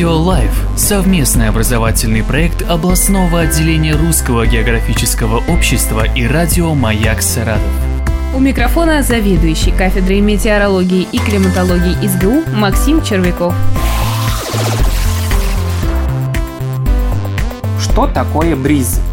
Метео Лайф – совместный образовательный проект областного отделения Русского географического общества и радио «Маяк Саратов». У микрофона заведующий кафедрой метеорологии и климатологии СГУ Максим Червяков. Что такое бриз?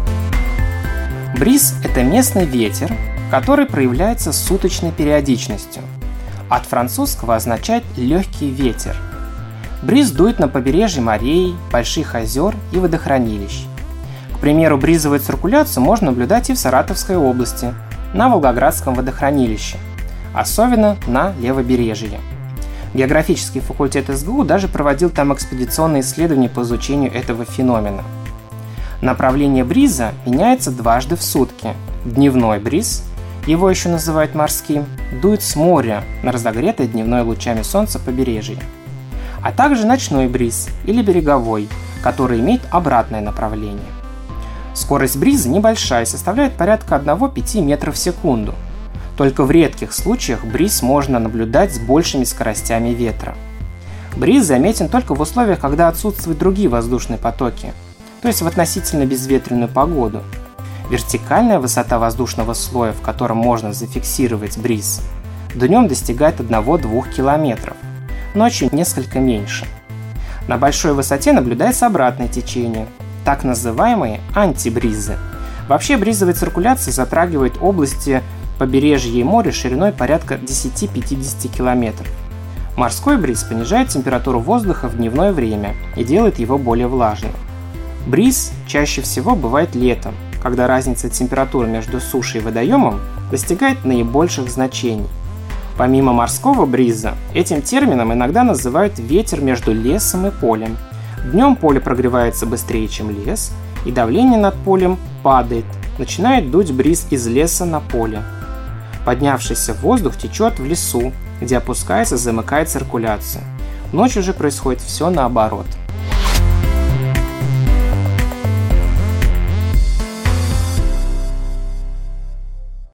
Бриз – это местный ветер, который проявляется с суточной периодичностью. От французского означает «легкий ветер». Бриз дует на побережье морей, больших озер и водохранилищ. К примеру, бризовую циркуляцию можно наблюдать и в Саратовской области, на Волгоградском водохранилище, особенно на левобережье. Географический факультет СГУ даже проводил там экспедиционные исследования по изучению этого феномена. Направление бриза меняется дважды в сутки. Дневной бриз, его еще называют морским, дует с моря на разогретое дневной лучами солнца побережье. А также ночной бриз или береговой, который имеет обратное направление. Скорость бриза небольшая, составляет порядка 1-5 метров в секунду. Только в редких случаях бриз можно наблюдать с большими скоростями ветра. Бриз заметен только в условиях, когда отсутствуют другие воздушные потоки, то есть в относительно безветренную погоду. Вертикальная высота воздушного слоя, в котором можно зафиксировать бриз, днем достигает 1-2 километров. Ночью несколько меньше. На большой высоте наблюдается обратное течение, так называемые антибризы. Вообще бризовая циркуляция затрагивает области побережья и моря шириной порядка 10-50 километров. Морской бриз понижает температуру воздуха в дневное время и делает его более влажным. Бриз чаще всего бывает летом, когда разница температуры между сушей и водоемом достигает наибольших значений. Помимо морского бриза, этим термином иногда называют ветер между лесом и полем. Днем поле прогревается быстрее, чем лес, и давление над полем падает, начинает дуть бриз из леса на поле. Поднявшийся воздух течет в лесу, где опускается и замыкает циркуляцию. Ночью же происходит все наоборот.